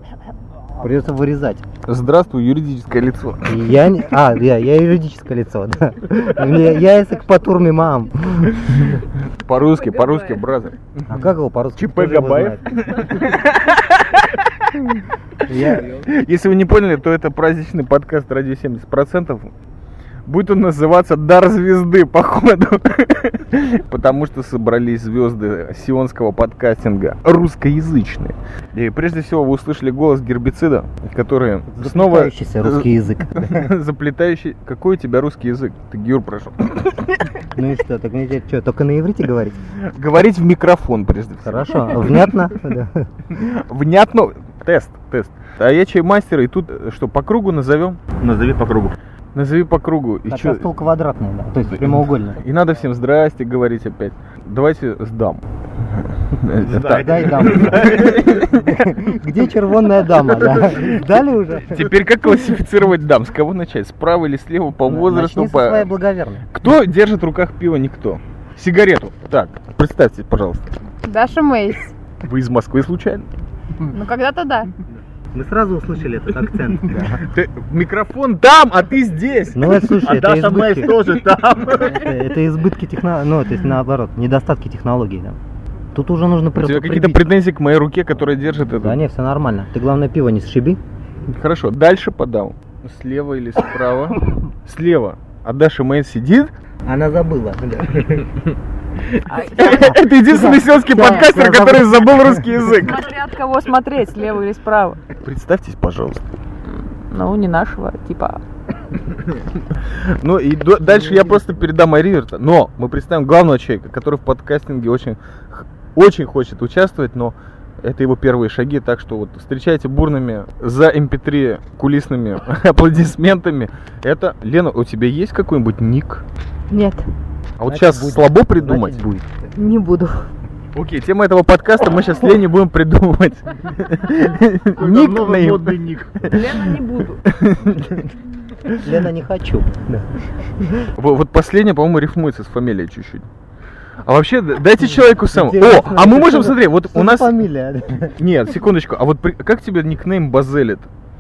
Придется вырезать. Здравствуй, юридическое лицо. Я юридическое лицо, да. Я экспатурный мам. По-русски, бразер. А как его по-русски? ЧП Габаев. Если вы не поняли, то это праздничный подкаст «Радио 70%». Будет он называться «Дар звезды», походу. Потому что собрались звезды сионского подкастинга, русскоязычные. И прежде всего вы услышали голос гербицида, который снова... Заплетающийся русский язык. Заплетающий... Какой у тебя русский язык? Ты, Гюр, прошу. Ну и что, так мне что, только на иврите говорить? Говорить в микрофон, прежде всего. Хорошо, внятно? Внятно? Тест. А я чаймастер, и тут что, по кругу назовем? Назови по кругу. Назови по кругу. И что? Стол квадратный, да, то есть прямоугольный. И надо всем здрасте говорить опять. Давайте с дам. Дай дам. Где червонная дама, да? Дали уже? Теперь как классифицировать дам? С кого начать? Справа или слева? По возрасту? Начни со своей благоверной. Кто держит в руках пиво? Никто. Сигарету. Так, представьте, пожалуйста. Даша Мейс. Вы из Москвы случайно? Ну, когда-то да. Мы сразу услышали этот акцент. Микрофон там, а ты здесь. Ну вот слушай, это Даша Мейс тоже там. Это избытки технологий, ну то есть наоборот, недостатки технологий, да. Тут уже нужно просто. У тебя какие-то претензии к моей руке, которая держит это? Да не, все нормально. Ты главное пиво не сшиби. Хорошо, дальше подал. Слева или справа? Слева. А Даша Мейс сидит? Она забыла. Это единственный сионский подкастер, который забыл русский язык. Смотря от кого смотреть, слева или справа. Представьтесь, пожалуйста. Ну, не нашего, типа. Ну и дальше я просто передам Айриверта. Но мы представим главного человека, который в подкастинге очень хочет участвовать, но это его первые шаги, так что вот встречайте бурными за MP3 кулисными аплодисментами. Это, Лена, у тебя есть какой-нибудь ник? Нет. А вот сейчас слабо придумать? Будет. Не буду. Окей, тема этого подкаста мы сейчас Лене будем придумывать. Модный ник. Лена не буду. Лена не хочу. Вот последнее, по-моему, рифмуется с фамилией чуть-чуть. А вообще, дайте человеку самому. О, а мы можем, смотри, вот у нас... Фамилия. Нет, секундочку, а вот как тебе никнейм Базелит?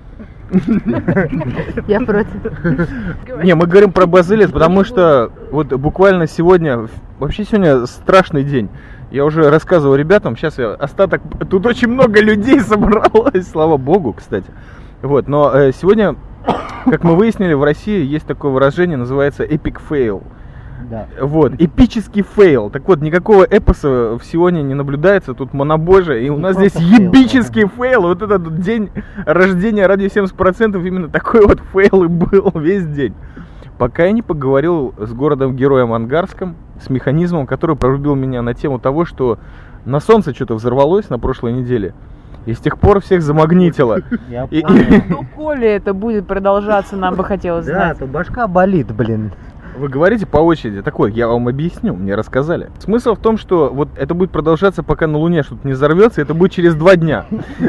Я против. Не, мы говорим про Базелит, потому что вот буквально сегодня страшный день. Я уже рассказывал ребятам, сейчас остаток, тут очень много людей собралось, слава богу, кстати. Вот, но сегодня, как мы выяснили, в России есть такое выражение, называется epic fail. Да. Вот, эпический фейл. Так вот, никакого эпоса в Сионе не наблюдается, тут монобожие, и у нас здесь ебический фейл. Вот этот день рождения радио 70% именно такой вот фейл и был весь день. Пока я не поговорил с городом-героем Ангарском, с механизмом, который прорубил меня на тему того, что на солнце что-то взорвалось на прошлой неделе. И с тех пор всех замагнитило. Ну, коли это будет продолжаться, нам бы хотелось знать. Да, то башка болит, блин. Вы говорите по очереди. Так вот, я вам объясню, мне рассказали. Смысл в том, что вот это будет продолжаться, пока на Луне что-то не взорвется, это будет через 2 дня.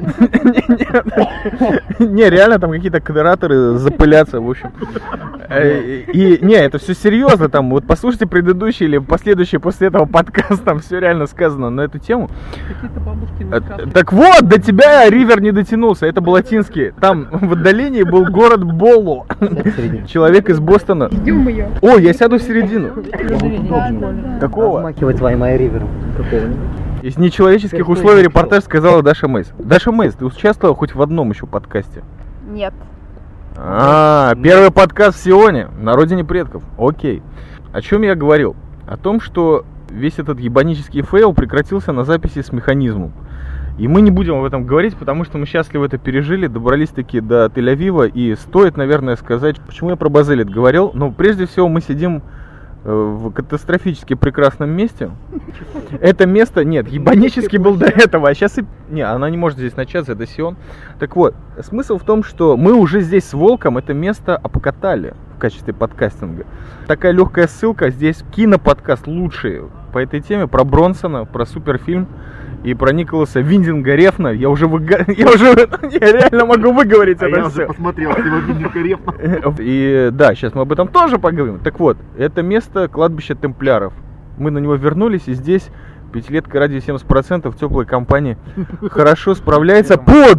Не, реально там какие-то кратеры запылятся, в общем. И не, это все серьезно, там, вот послушайте предыдущий или последующий после этого подкаст, там все реально сказано на эту тему. Так вот, до тебя Ривер не дотянулся, это был латинский. Там в отдалении был город Боллу. Человек из Бостона. Ждем ее. О, я сяду в середину. Какого? Размахивать своим Ривером. Из нечеловеческих условий репортаж сказала Даша Мейс. Даша Мейс, ты участвовала хоть в одном еще подкасте? Нет. Первый подкаст в Сионе, на родине предков. Окей. О чем я говорил? О том, что весь этот ебанический фейл прекратился на записи с механизмом. И мы не будем об этом говорить, потому что мы счастливо это пережили, добрались-таки до Тель-Авива. И стоит, наверное, сказать, почему я про Базелит говорил. Но прежде всего мы сидим в катастрофически прекрасном месте. Это место, нет, ебанически был до этого, а сейчас не, она не может здесь начаться, это Сион. Так вот, смысл в том, что мы уже здесь с Волком это место обкатали в качестве подкастинга. Такая легкая ссылка, здесь киноподкаст лучший по этой теме, про Бронсона, про суперфильм и про Николаса Виндинга Рефна. Я реально могу выговорить это я все. уже посмотрел его Виндинга Рефна. И да, сейчас мы об этом тоже поговорим. Так вот, это место кладбища темпляров. Мы на него вернулись, и здесь пятилетка радио 70% в теплой компании хорошо справляется под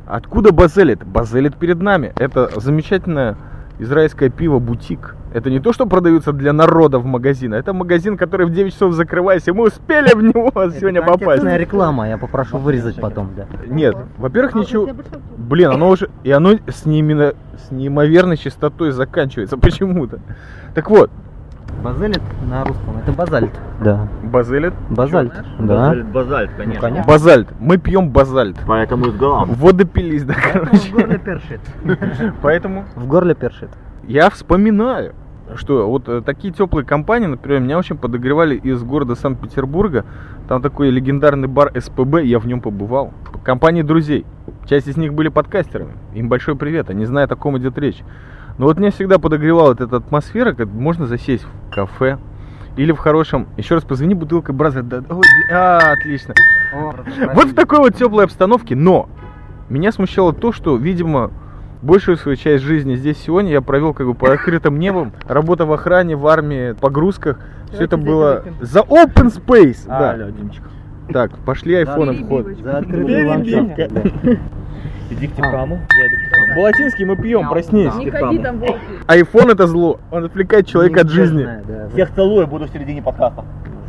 Откуда Базелит? Базелит перед нами. Это замечательное израильское пиво «Бутик». Это не то, что продаются для народа в магазине. Это магазин, который в 9 часов закрывается. И мы успели в него сегодня попасть. Контекстная реклама, я попрошу вырезать потом, да. Нет, во-первых, ничего... Блин, оно уже... И оно с неимоверной частотой заканчивается почему-то. Так вот. Базелит на русском, это базальт. Да. Базелит? Базальт, да. Базальт, конечно. Базальт. Мы пьем базальт. Поэтому и с голом. Водопились, да, короче. В горле першит. Поэтому... В горле першит. Я вспоминаю, что вот такие теплые компании, например, меня очень подогревали из города Санкт-Петербурга. Там такой легендарный бар СПБ, я в нем побывал. Компании друзей. Часть из них были подкастерами. Им большой привет, они знают, о ком идет речь. Но вот меня всегда подогревала эта атмосфера, как можно засесть в кафе или в хорошем... Еще раз позвони бутылкой Бразер. Да, отлично. Вот в такой вот теплой обстановке, но меня смущало то, что, видимо, большую свою часть жизни здесь сегодня я провел как бы под открытым небом, работа в охране, в армии, погрузках. Все это было за open space. Да. Алло, Димчик. Так, пошли айфоны в ход. За открытый ландшафт. Иди к Тихаму, я иду к Тихаму. Балатинский мы пьем, проснись. Не ходи там, волки. Айфон это зло, он отвлекает человека от жизни. Всех целую, буду в середине подкаста.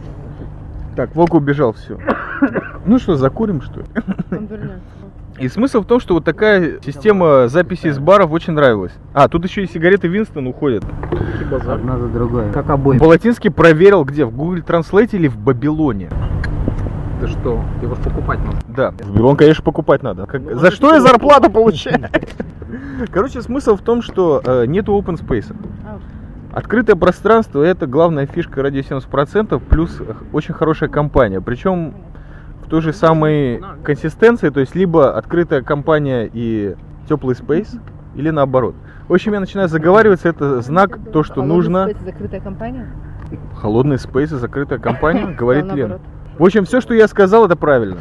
Так, Волк убежал, все. Ну что, закурим, что ли? Он вернется. И смысл в том, что вот такая система записи из баров очень нравилась. А, тут еще и сигареты Винстон уходят. Одна за другой. Как обои. Балатинский проверил где? В Google Translate или в Бабилоне? Ты что? Его ж покупать надо. Да, в Бабилон, конечно, покупать надо. За что я зарплату получаю? Короче, смысл в том, что нету open space. Открытое пространство — это главная фишка радио 70%, плюс очень хорошая компания. Причем в той же самой консистенции, то есть либо открытая компания и теплый спейс, или наоборот. В общем, я начинаю заговариваться, это знак, то, что нужно. Закрытая компания? Холодный спейс и закрытая компания, говорит Лена. В общем, все, что я сказал, это правильно.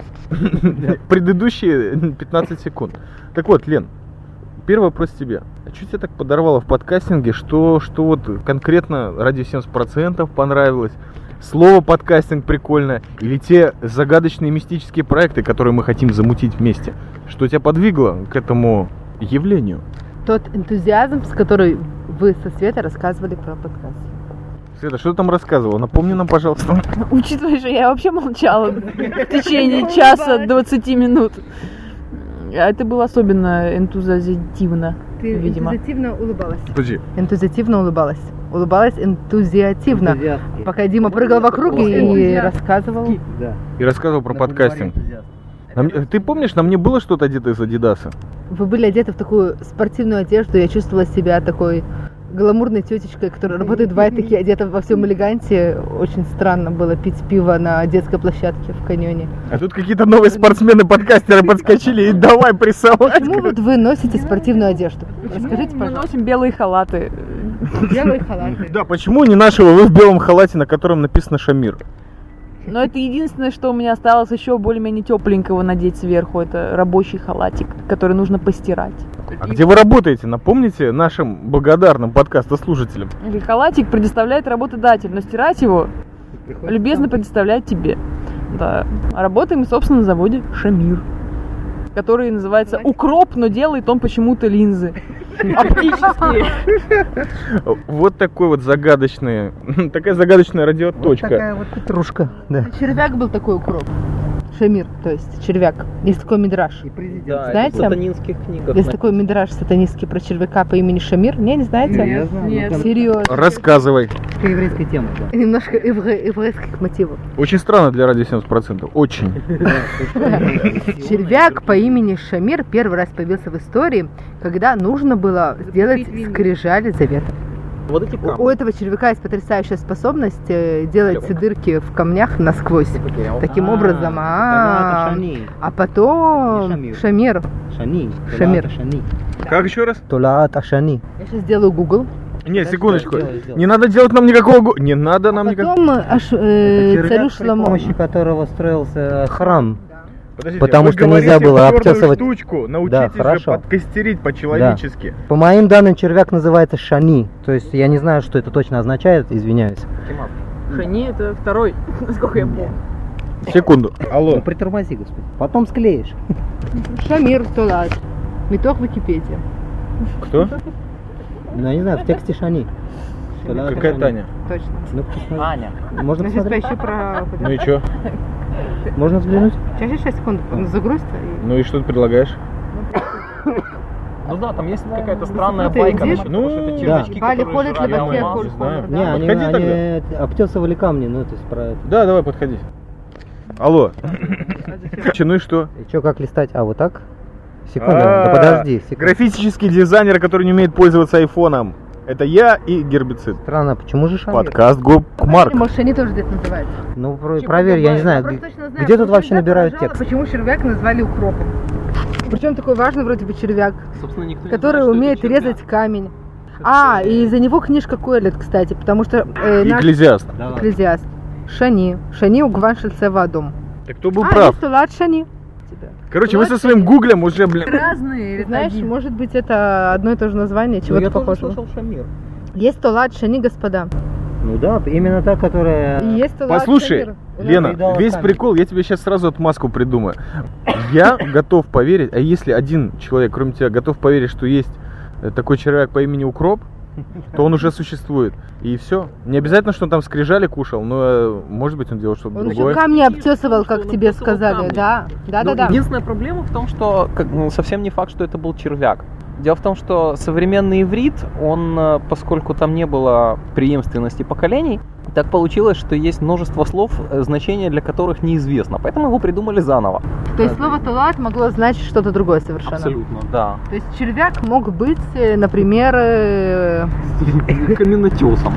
Предыдущие 15 секунд. Так вот, Лен, первый вопрос тебе. А что тебя так подорвало в подкастинге, что вот конкретно радио 70% понравилось? Слово подкастинг прикольное? Или те загадочные мистические проекты, которые мы хотим замутить вместе? Что тебя подвигло к этому явлению? Тот энтузиазм, с которым вы со Светой рассказывали про подкаст. Света, что ты там рассказывала? Напомни нам, пожалуйста. Учитывая, что я вообще молчала в течение часа 20 минут. А это было особенно энтузиативно, Ты видимо. энтузиативно улыбалась. Подожди. Энтузиативно улыбалась. Улыбалась энтузиативно. Пока Дима прыгал вокруг и рассказывал. Да. И рассказывал про подкастинг. Ты помнишь, на мне было что-то одето из Адидаса? Вы были одеты в такую спортивную одежду. Я чувствовала себя такой гламурной тетечкой, которая работает в Айтеке, одета во всем элеганте. Очень странно было пить пиво на детской площадке в каньоне. А тут какие-то новые спортсмены-подкастеры подскочили и давай прессовать. Почему вот вы носите спортивную одежду? Расскажите, Мы пожалуйста. носим белые халаты. Белые халаты. Да, почему не нашего вы в белом халате, на котором написано Шамир? Но это единственное, что у меня осталось еще более-менее тепленького надеть сверху. Это рабочий халатик, который нужно постирать. А где вы работаете? Напомните нашим благодарным подкастослушателям. Или халатик предоставляет работодатель, но стирать его любезно предоставляет тебе. Да. Работаем, собственно, на заводе Шамир, который называется Укроп, но делает он почему-то линзы оптические. Вот такой вот загадочный, такая загадочная радиоточка. Такая вот петрушка. Да. Червяк был такой укроп. Шамир, то есть червяк. Есть такой мидраж. Да, Знаете? это в сатанинских книгах. Есть такой мидраж сатанистский про червяка по имени Шамир. Не знаете? Я знаю, Нет. ну, там Серьезно. Рассказывай. немножко еврейская тема, да. Немножко еврейских мотивов. Очень странно для радио 70%. Очень. Червяк по имени Шамир первый раз появился в истории, когда нужно было сделать скрижали завета. Вот эти камни. У этого червяка есть потрясающая способность делать дырки в камнях насквозь. Таким образом, тогда это Шани. а потом Не Шамир. Шани. Шамир. Толаат Шани. Как еще раз? Толаат Ашани. Я сейчас сделаю Google. Нет, секундочку. Сделай. Не надо делать нам никакого... Не надо нам никакого... Потом Это царю червяк, при Шломо. помощи которого строился храм. Подождите, Потому вы что говорите нельзя было чёрную обтесывать. штучку, научитесь же хорошо. подкастерить по-человечески. По моим данным, червяк называется Шани. То есть я не знаю, что это точно означает, извиняюсь. Шани это второй, насколько я помню. Секунду. Ну, Алло. притормози, господи. Потом склеишь. Шамир Толат. Меток Википедия. Кто? Ну, я не знаю, в тексте Шани. Какая Таня? Точно. Ну, посмотри. Аня. Можно Ну, сейчас посмотреть? поищу про... Ну и чё? Можно взглянуть? Сейчас 6 секунд загрузится. И... Ну и что ты предлагаешь? Ну да, там есть какая-то странная Смотри, байка, видишь? насчет Ну, того, что это да. червячки, Бали которые ходят жрали ли алмаз. баке не знаю. Холь? Не, они Подходи обтесывали камни, ну, то есть про это. Да, давай, подходи. Алло. Ну и что? И чё, как листать? А, вот так? Секунду, да подожди, секунду. Графический дизайнер, который не умеет пользоваться айфоном. Это я и гербицид. Странно, почему же Шамир? Подкаст Марк. Может, Шани тоже где-то называется. Ну, проверь, я не знаю, просто точно знаю, где тут что вообще червяк набирают рожала, текст? Почему червяк назвали укропом? Причем такой важный вроде бы червяк, Собственно, никто не который знает, что умеет это червяк. резать камень. А, и из-за него книжка Коэлет, кстати, потому что наш Экклезиаст. экклезиаст Шани угван шельцева адом. Так кто был А, прав? есть Толат Шани. Короче, вы со своим гуглем уже, блин. Разные. Знаешь, может быть, это одно и то же название, Ну, чего-то я тоже похожего. слышал Шамир. Есть Толат Шани, господа. Ну да, именно та, которая... И есть Толат Послушай, Шамир. Лена, передала весь камень. прикол, я тебе сейчас сразу отмазку придумаю. Я готов поверить, а если один человек, кроме тебя, готов поверить, что есть такой червяк по имени Укроп, то он уже существует. И все. Не обязательно, что он там скрижали кушал, но может быть он делал что-то Он еще другое. камни обтесывал, как Он тебе обтесывал сказали. камни. Да, да, Ну, да, да. Единственная проблема в том, что совсем не факт, что это был червяк. Дело в том, что современный иврит, он, поскольку там не было преемственности поколений, так получилось, что есть множество слов, значения для которых неизвестно. Поэтому его придумали заново. То есть слово Толат могло значить что-то другое совершенно. Абсолютно, да. То есть червяк мог быть, например... Каменотесом.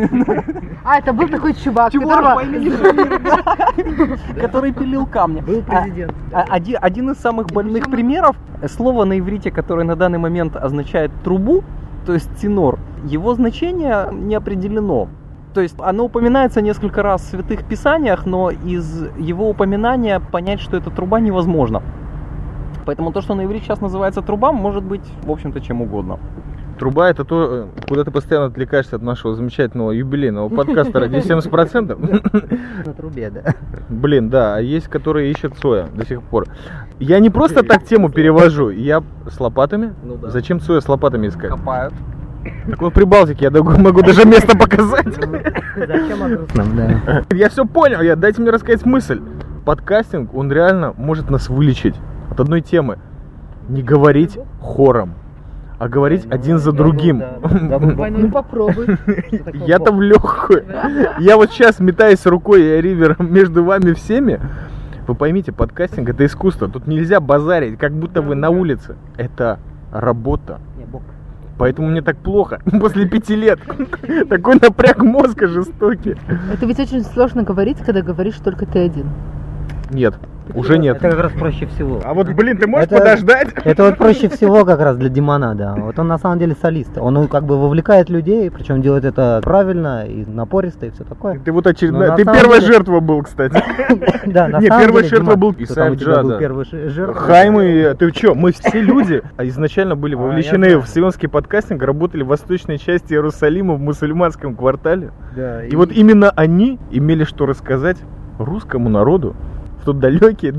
А, это был такой чувак, Чувак по которого... имени Шамир, да, который пилил камни. Был президент. Один из самых больных примеров, слово на иврите, которое на данный момент означает трубу, то есть тенор, его значение не определено. То есть оно упоминается несколько раз в святых писаниях, но из его упоминания понять, что это труба, невозможно. Поэтому то, что на иврите сейчас называется труба, может быть, в общем-то, чем угодно. Труба — это то, куда ты постоянно отвлекаешься от нашего замечательного юбилейного подкаста «Ради 70%». На трубе, да. Блин, да, а есть, которые ищут Цоя до сих пор. Я не просто так тему перевожу, я с лопатами. Ну да. Зачем Цоя с лопатами искать? Копают. Так вот при Балтике я могу даже место показать. Зачем о грустном, да. Я все понял, дайте мне рассказать мысль. Подкастинг, он реально может нас вылечить от одной темы. Не говорить хором, а говорить один за другим. Ну попробуй. Я-то в легкую. Я вот сейчас метаюсь рукой и ривером между вами всеми. Вы поймите, подкастинг — это искусство. Тут нельзя базарить, как будто вы на улице. Это работа. Поэтому мне так плохо после 5 лет. Такой напряг мозга жестокий. Это ведь очень сложно говорить, когда говоришь только ты один. Нет, уже нет. Это как раз проще всего. А вот, блин, ты можешь Это- подождать? Это вот проще всего как раз для Димана, да. Вот он на самом деле солист. Он как бы вовлекает людей, причем делает это правильно и напористо и все такое. Ты вот Ну, очередная... на Ты самом первая деле- жертва был, кстати. Да, на Не, самом первая деле, жертва Диман, был кто там Исаев у тебя Джа, был да. первый жертва? Хайм и... Ты чё, мы все люди изначально были я вовлечены знаю. в сионский подкастинг, работали в восточной части Иерусалима, в мусульманском квартале. Да, И вот именно они имели что рассказать русскому народу в тот далекий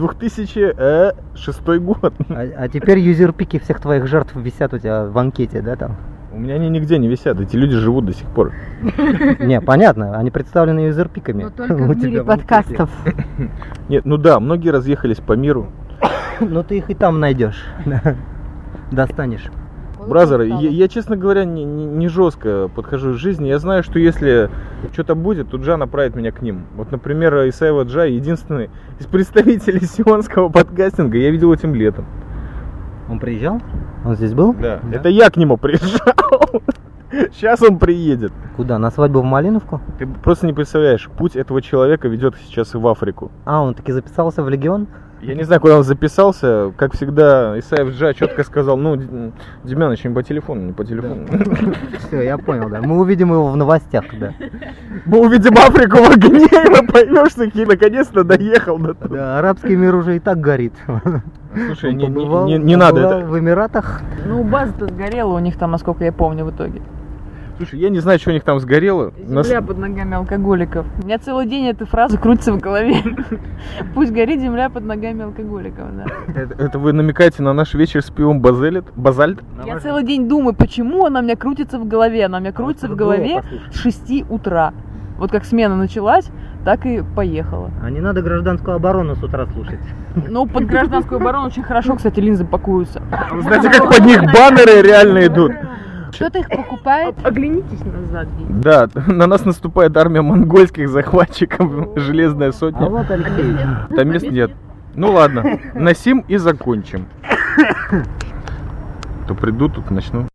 2006 год. А теперь юзерпики всех твоих жертв висят у тебя в анкете, да, там? У меня они нигде не висят, эти люди живут до сих пор. Не, понятно, они представлены юзерпиками. Но только у в тебя мире в анкете. подкастов. Нет, ну да, многие разъехались по миру. Ну ты их и там найдешь. Достанешь. Бразеры, я, честно говоря, не жестко подхожу к жизни. Я знаю, что если что-то будет, то Джа направит меня к ним. Вот, например, Исаева Джа единственный из представителей сионского подкастинга я видел этим летом. Он приезжал? Он здесь был? Да. Это я к нему приезжал. Сейчас он приедет. Куда? На свадьбу в Малиновку? Ты просто не представляешь, путь этого человека ведет сейчас и в Африку. А, он таки записался в Легион? Я не знаю, куда он записался. Как всегда, Исаев Джа четко сказал: ну, Демьяныч, не по телефону, не по телефону. Все, я понял, да. Мы увидим его в новостях, да. Мы увидим Африку в огне, и мы поймем, что Ки наконец-то доехал до туда. Да, арабский мир уже и так горит. Слушай, Он не побывал надо побывал это. в Эмиратах. Ну, база-то сгорела у них там, насколько я помню, в итоге. Слушай, я не знаю, что у них там сгорело. Земля под ногами алкоголиков. У меня целый день эта фраза крутится в голове. Пусть горит земля под ногами алкоголиков, да. Это вы намекаете на наш вечер с пивом Базальт? Я целый день думаю, почему она у меня крутится в голове. Она у меня крутится в голове с 6 утра. Вот как смена началась, так и поехала. А не надо гражданскую оборону с утра слушать. Ну, под гражданскую оборону очень хорошо, кстати, линзы пакуются. Знаете, как под них баннеры реально идут? Кто-то их покупает. Оглянитесь назад. Да, на нас наступает армия монгольских захватчиков, железная сотня. А вот Алексей. Там мест нет. Ну ладно, на сим и закончим. То приду тут начну.